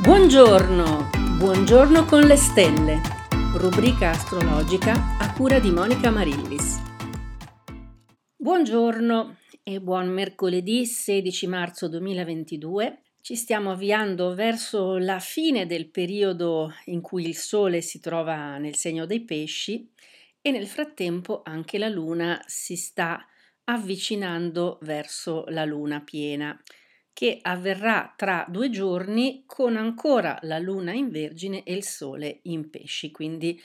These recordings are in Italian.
Buongiorno, buongiorno con le stelle, rubrica astrologica a cura di Monica Marillis. Buongiorno e buon mercoledì 16 marzo 2022. Ci stiamo avviando verso la fine del periodo in cui il Sole si trova nel segno dei Pesci e nel frattempo anche la Luna si sta avvicinando verso la Luna piena, che avverrà tra 2 giorni con ancora la Luna in Vergine e il Sole in Pesci, quindi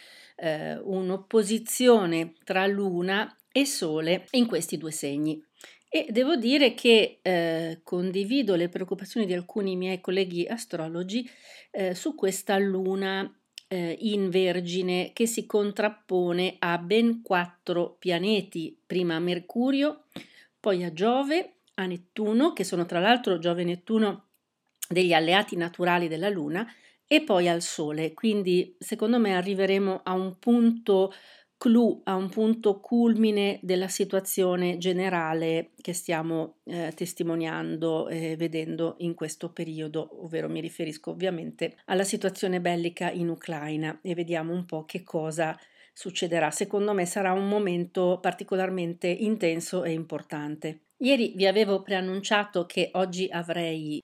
un'opposizione tra Luna e Sole in questi 2 segni. E devo dire che condivido le preoccupazioni di alcuni miei colleghi astrologi su questa Luna in Vergine che si contrappone a ben 4 pianeti, prima a Mercurio, poi a Giove, a Nettuno, che sono tra l'altro Giove e Nettuno degli alleati naturali della Luna, e poi al Sole. Quindi secondo me arriveremo a un punto clou, a un punto culmine della situazione generale che stiamo testimoniando e vedendo in questo periodo, ovvero mi riferisco ovviamente alla situazione bellica in Ucraina, e vediamo un po' che cosa succederà. Secondo me sarà un momento particolarmente intenso e importante. Ieri vi avevo preannunciato che oggi avrei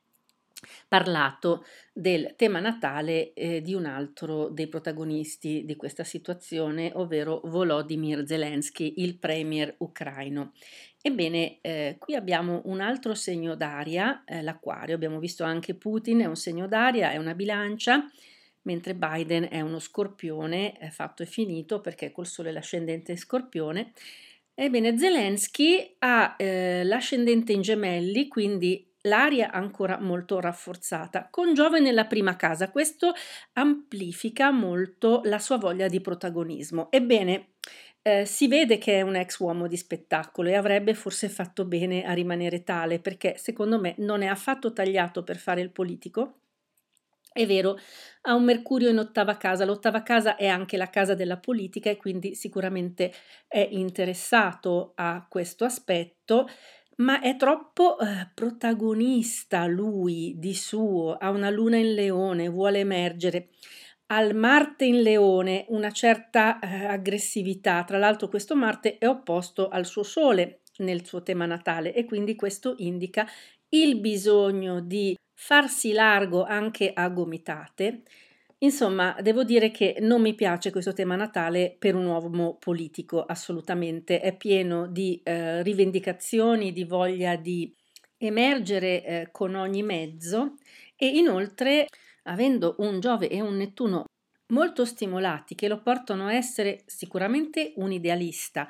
parlato del tema natale di un altro dei protagonisti di questa situazione, ovvero Volodymyr Zelensky, il premier ucraino. Ebbene, qui abbiamo un altro segno d'aria, l'Acquario. Abbiamo visto anche Putin, è un segno d'aria, è una bilancia, mentre Biden è uno Scorpione, è fatto e finito perché col Sole l'ascendente è Scorpione. Ebbene, Zelensky ha l'ascendente in Gemelli, quindi l'aria ancora molto rafforzata, con Giove nella prima casa. Questo amplifica molto la sua voglia di protagonismo. Ebbene, si vede che è un ex uomo di spettacolo e avrebbe forse fatto bene a rimanere tale, perché secondo me non è affatto tagliato per fare il politico. È vero, ha un Mercurio in ottava casa, l'ottava casa è anche la casa della politica e quindi sicuramente è interessato a questo aspetto, ma è troppo protagonista lui di suo, ha una Luna in Leone, vuole emergere. Al Marte in Leone una certa aggressività, tra l'altro questo Marte è opposto al suo Sole nel suo tema natale e quindi questo indica il bisogno di farsi largo anche a gomitate. Insomma, devo dire che non mi piace questo tema natale per un uomo politico, assolutamente. È pieno di rivendicazioni, di voglia di emergere con ogni mezzo e inoltre, avendo un Giove e un Nettuno molto stimolati che lo portano a essere sicuramente un idealista,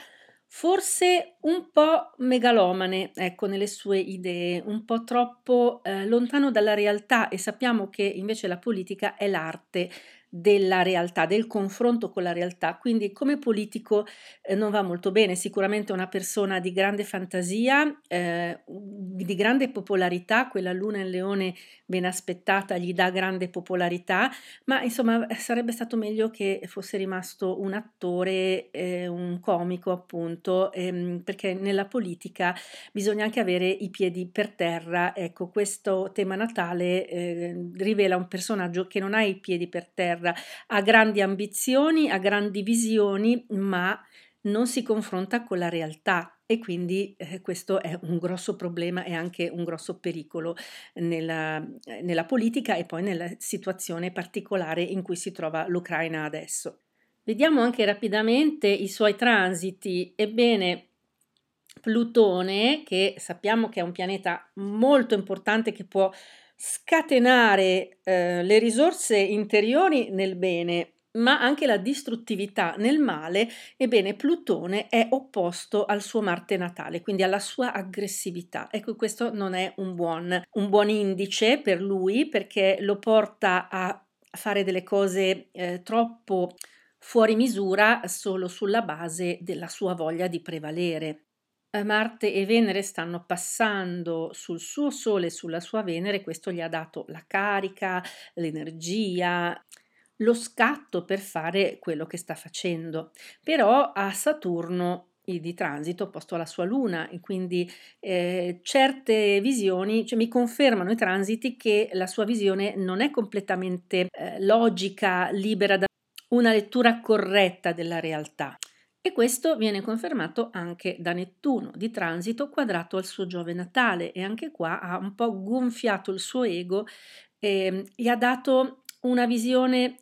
forse un po' megalomane, ecco, nelle sue idee, un po' troppo lontano dalla realtà, e sappiamo che invece la politica è l'arte della realtà, del confronto con la realtà, quindi come politico non va molto bene. Sicuramente una persona di grande fantasia, di grande popolarità, quella Luna in Leone ben aspettata gli dà grande popolarità, ma insomma sarebbe stato meglio che fosse rimasto un attore, un comico appunto, perché nella politica bisogna anche avere i piedi per terra. Ecco, questo tema natale rivela un personaggio che non ha i piedi per terra, ha grandi ambizioni, ha grandi visioni, ma non si confronta con la realtà e quindi questo è un grosso problema e anche un grosso pericolo nella politica e poi nella situazione particolare in cui si trova l'Ucraina adesso. Vediamo anche rapidamente i suoi transiti. Ebbene, Plutone, che sappiamo che è un pianeta molto importante che può scatenare le risorse interiori nel bene, ma anche la distruttività nel male, ebbene Plutone è opposto al suo Marte natale, quindi alla sua aggressività. Ecco, questo non è un buon indice per lui perché lo porta a fare delle cose troppo fuori misura solo sulla base della sua voglia di prevalere. Marte e Venere stanno passando sul suo Sole e sulla sua Venere, questo gli ha dato la carica, l'energia, lo scatto per fare quello che sta facendo. Però a Saturno di transito opposto alla sua luna e quindi certe visioni, cioè mi confermano i transiti che la sua visione non è completamente logica, libera da una lettura corretta della realtà. E questo viene confermato anche da Nettuno di transito quadrato al suo Giove natale, e anche qua ha un po' gonfiato il suo ego e gli ha dato una visione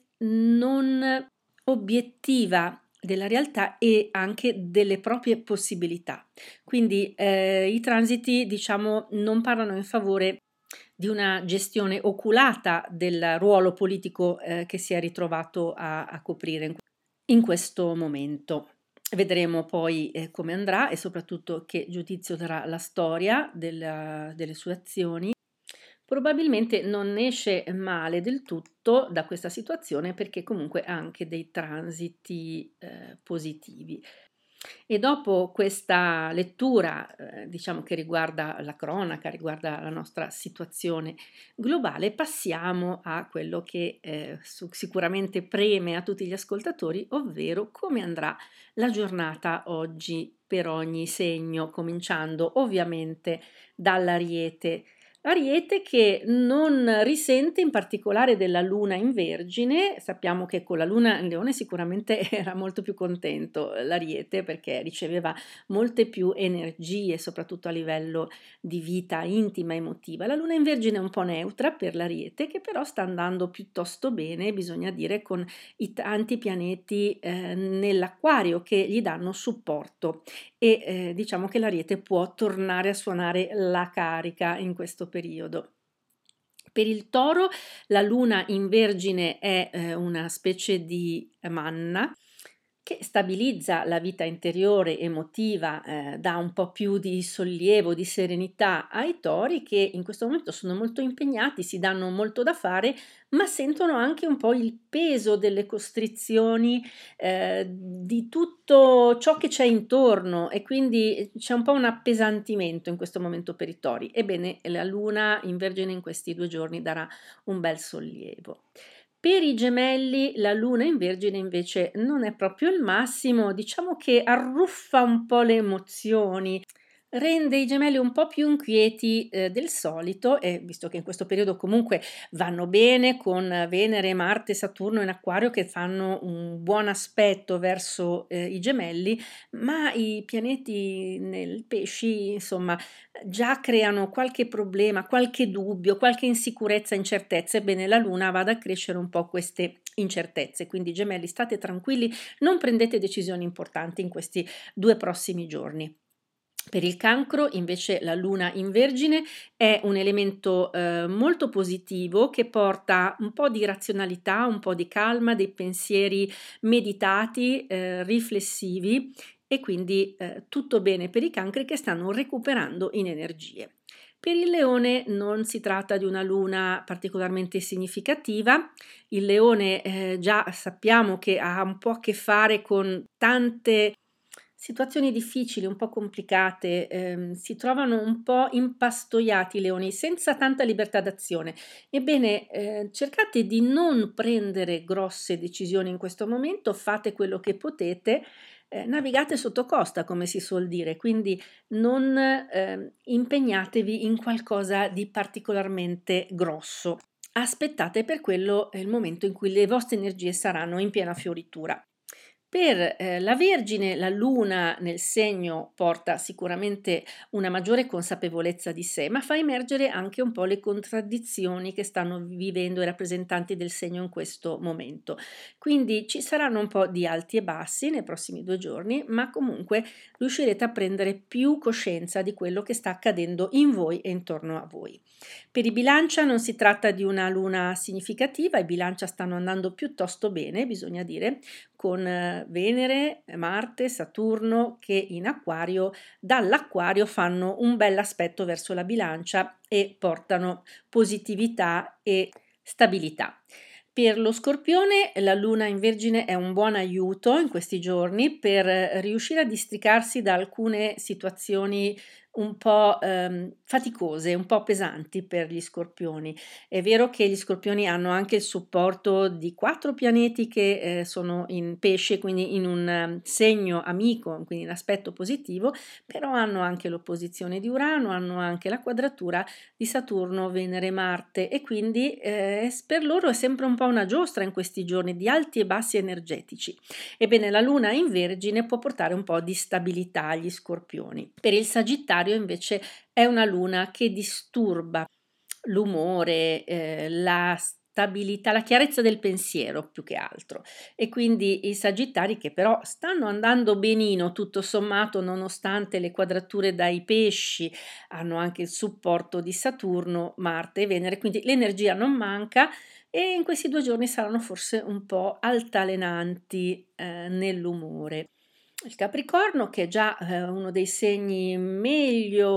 non obiettiva della realtà e anche delle proprie possibilità. Quindi i transiti, diciamo, non parlano in favore di una gestione oculata del ruolo politico che si è ritrovato a coprire in questo momento. Vedremo poi come andrà e soprattutto che giudizio darà la storia delle sue azioni. Probabilmente non esce male del tutto da questa situazione perché comunque ha anche dei transiti positivi. E dopo questa lettura, diciamo che riguarda la cronaca, riguarda la nostra situazione globale, passiamo a quello che sicuramente preme a tutti gli ascoltatori, ovvero come andrà la giornata oggi per ogni segno, cominciando ovviamente dall'Ariete. Ariete che non risente in particolare della luna in Vergine. Sappiamo che con la luna in Leone sicuramente era molto più contento l'Ariete perché riceveva molte più energie, soprattutto a livello di vita intima, emotiva. La luna in Vergine è un po' neutra per l'Ariete, che però sta andando piuttosto bene, bisogna dire, con i tanti pianeti nell'Acquario che gli danno supporto e diciamo che l'Ariete può tornare a suonare la carica in questo periodo. Per il Toro la luna in Vergine è una specie di manna che stabilizza la vita interiore emotiva, dà un po' più di sollievo, di serenità ai tori che in questo momento sono molto impegnati, si danno molto da fare, ma sentono anche un po' il peso delle costrizioni, di tutto ciò che c'è intorno e quindi c'è un po' un appesantimento in questo momento per i tori. Ebbene, la luna in Vergine in questi 2 giorni darà un bel sollievo. Per i Gemelli la luna in Vergine invece non è proprio il massimo, diciamo che arruffa un po' le emozioni, rende i Gemelli un po' più inquieti del solito e visto che in questo periodo comunque vanno bene con Venere, Marte e Saturno in Acquario che fanno un buon aspetto verso i Gemelli, ma i pianeti nel Pesci, insomma, già creano qualche problema, qualche dubbio, qualche insicurezza, incertezza. Ebbene, la Luna va ad accrescere un po' queste incertezze. Quindi, Gemelli, state tranquilli, non prendete decisioni importanti in questi 2 prossimi giorni. Per il Cancro, invece, la Luna in Vergine è un elemento molto positivo che porta un po' di razionalità, un po' di calma, dei pensieri meditati, riflessivi e quindi tutto bene per i cancri che stanno recuperando in energie. Per il Leone non si tratta di una luna particolarmente significativa. Il Leone già sappiamo che ha un po' a che fare con tante situazioni difficili, un po' complicate, si trovano un po' impastoiati i leoni, senza tanta libertà d'azione. Ebbene, cercate di non prendere grosse decisioni in questo momento, fate quello che potete, navigate sotto costa, come si suol dire, quindi non impegnatevi in qualcosa di particolarmente grosso. Aspettate per quello il momento in cui le vostre energie saranno in piena fioritura. Per la Vergine la luna nel segno porta sicuramente una maggiore consapevolezza di sé, ma fa emergere anche un po' le contraddizioni che stanno vivendo i rappresentanti del segno in questo momento. Quindi ci saranno un po' di alti e bassi nei prossimi 2 giorni, ma comunque riuscirete a prendere più coscienza di quello che sta accadendo in voi e intorno a voi. Per i Bilancia non si tratta di una luna significativa, i Bilancia stanno andando piuttosto bene, bisogna dire, con Venere, Marte, Saturno che in Acquario, dall'Acquario fanno un bel aspetto verso la Bilancia e portano positività e stabilità. Per lo Scorpione la luna in Vergine è un buon aiuto in questi giorni per riuscire a districarsi da alcune situazioni un po' faticose, un po' pesanti per gli scorpioni. È vero che gli scorpioni hanno anche il supporto di 4 pianeti che sono in pesce, quindi in un segno amico, quindi in aspetto positivo, però hanno anche l'opposizione di Urano, hanno anche la quadratura di Saturno, Venere, Marte e quindi per loro è sempre un po' una giostra in questi giorni di alti e bassi energetici. Ebbene, la luna in Vergine può portare un po' di stabilità agli scorpioni. Per il Sagittario invece è una luna che disturba l'umore, la stabilità, la chiarezza del pensiero più che altro. E quindi i Sagittari che però stanno andando benino tutto sommato, nonostante le quadrature dai pesci, hanno anche il supporto di Saturno, Marte e Venere, quindi l'energia non manca e in questi 2 giorni saranno forse un po' altalenanti, nell'umore. Il Capricorno, che è già, uno dei segni meglio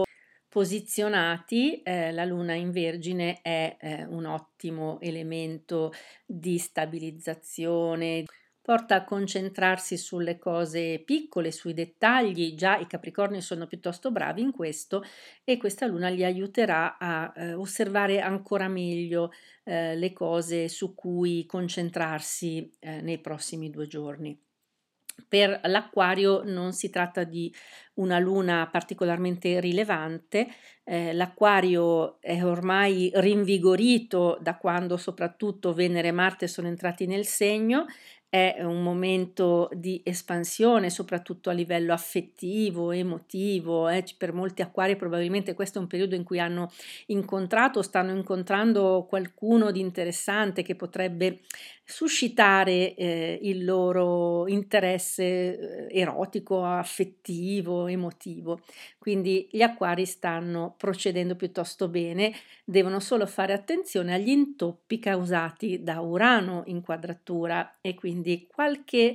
posizionati, la luna in Vergine è, un ottimo elemento di stabilizzazione, porta a concentrarsi sulle cose piccole, sui dettagli, già i Capricorni sono piuttosto bravi in questo e questa luna li aiuterà a, osservare ancora meglio, le cose su cui concentrarsi, nei prossimi 2 giorni. Per l'Acquario non si tratta di una luna particolarmente rilevante, l'Acquario è ormai rinvigorito da quando soprattutto Venere e Marte sono entrati nel segno, è un momento di espansione soprattutto a livello affettivo, emotivo, per molti acquari probabilmente questo è un periodo in cui hanno incontrato o stanno incontrando qualcuno di interessante che potrebbe suscitare, il loro interesse, erotico, affettivo, emotivo. Quindi gli acquari stanno procedendo piuttosto bene, devono solo fare attenzione agli intoppi causati da Urano in quadratura e quindi qualche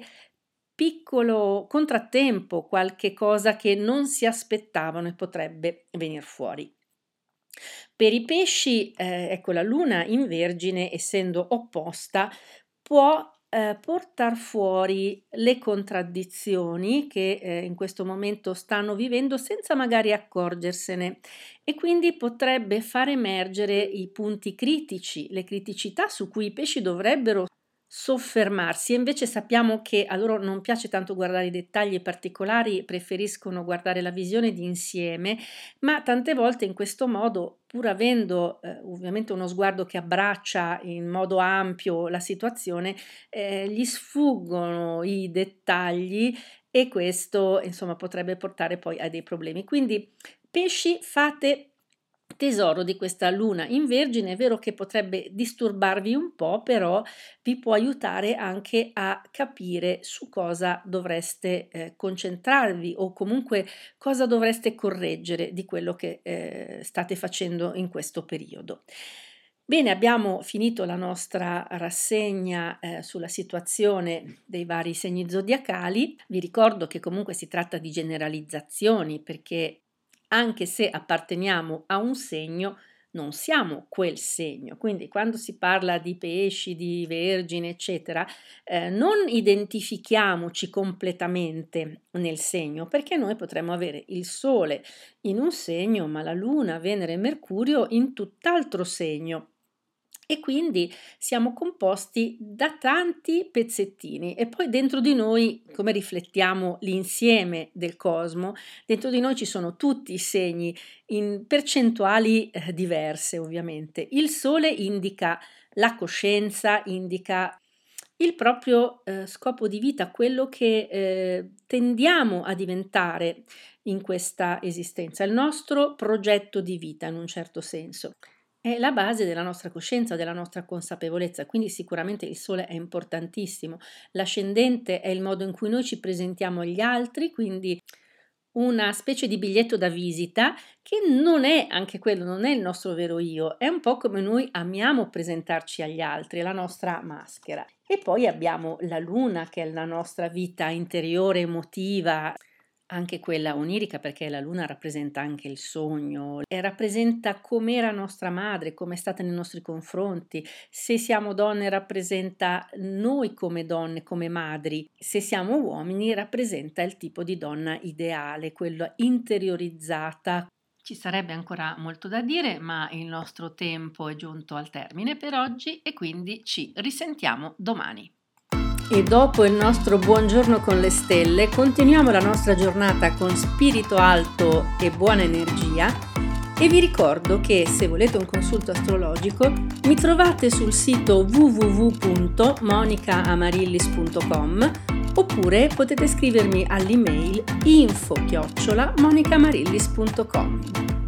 piccolo contrattempo, qualche cosa che non si aspettavano e potrebbe venir fuori. Per i pesci, ecco la luna in Vergine essendo opposta può, portar fuori le contraddizioni che, in questo momento stanno vivendo senza magari accorgersene e quindi potrebbe far emergere i punti critici, le criticità su cui i pesci dovrebbero soffermarsi e invece sappiamo che a loro non piace tanto guardare i dettagli particolari, preferiscono guardare la visione d'insieme, ma tante volte in questo modo, pur avendo, ovviamente uno sguardo che abbraccia in modo ampio la situazione, gli sfuggono i dettagli e questo, insomma, potrebbe portare poi a dei problemi. Quindi pesci, fate tesoro di questa luna in Vergine, è vero che potrebbe disturbarvi un po', però vi può aiutare anche a capire su cosa dovreste, concentrarvi o comunque cosa dovreste correggere di quello che, state facendo in questo periodo. Bene, abbiamo finito la nostra rassegna, sulla situazione dei vari segni zodiacali. Vi ricordo che comunque si tratta di generalizzazioni perché anche se apparteniamo a un segno, non siamo quel segno. Quindi quando si parla di pesci, di vergine, eccetera, non identifichiamoci completamente nel segno, perché noi potremmo avere il Sole in un segno, ma la Luna, Venere e Mercurio in tutt'altro segno. E quindi siamo composti da tanti pezzettini e poi dentro di noi, come riflettiamo l'insieme del cosmo, dentro di noi ci sono tutti i segni in percentuali diverse ovviamente. Il Sole indica la coscienza, indica il proprio scopo di vita, quello che tendiamo a diventare in questa esistenza, il nostro progetto di vita in un certo senso. È la base della nostra coscienza, della nostra consapevolezza, quindi sicuramente il sole è importantissimo. L'ascendente è il modo in cui noi ci presentiamo agli altri, quindi una specie di biglietto da visita che non è, anche quello, non è il nostro vero io, è un po' come noi amiamo presentarci agli altri, è la nostra maschera. E poi abbiamo la luna che è la nostra vita interiore, emotiva, anche quella onirica perché la luna rappresenta anche il sogno e rappresenta com'era nostra madre, come è stata nei nostri confronti. Se siamo donne rappresenta noi come donne, come madri. Se siamo uomini rappresenta il tipo di donna ideale, quella interiorizzata Ci sarebbe ancora molto da dire, ma il nostro tempo è giunto al termine per oggi e quindi ci risentiamo domani. E dopo il nostro buongiorno con le stelle, continuiamo la nostra giornata con spirito alto e buona energia e vi ricordo che se volete un consulto astrologico mi trovate sul sito www.monicaamarillis.com oppure potete scrivermi all'email info@monicamarillis.com.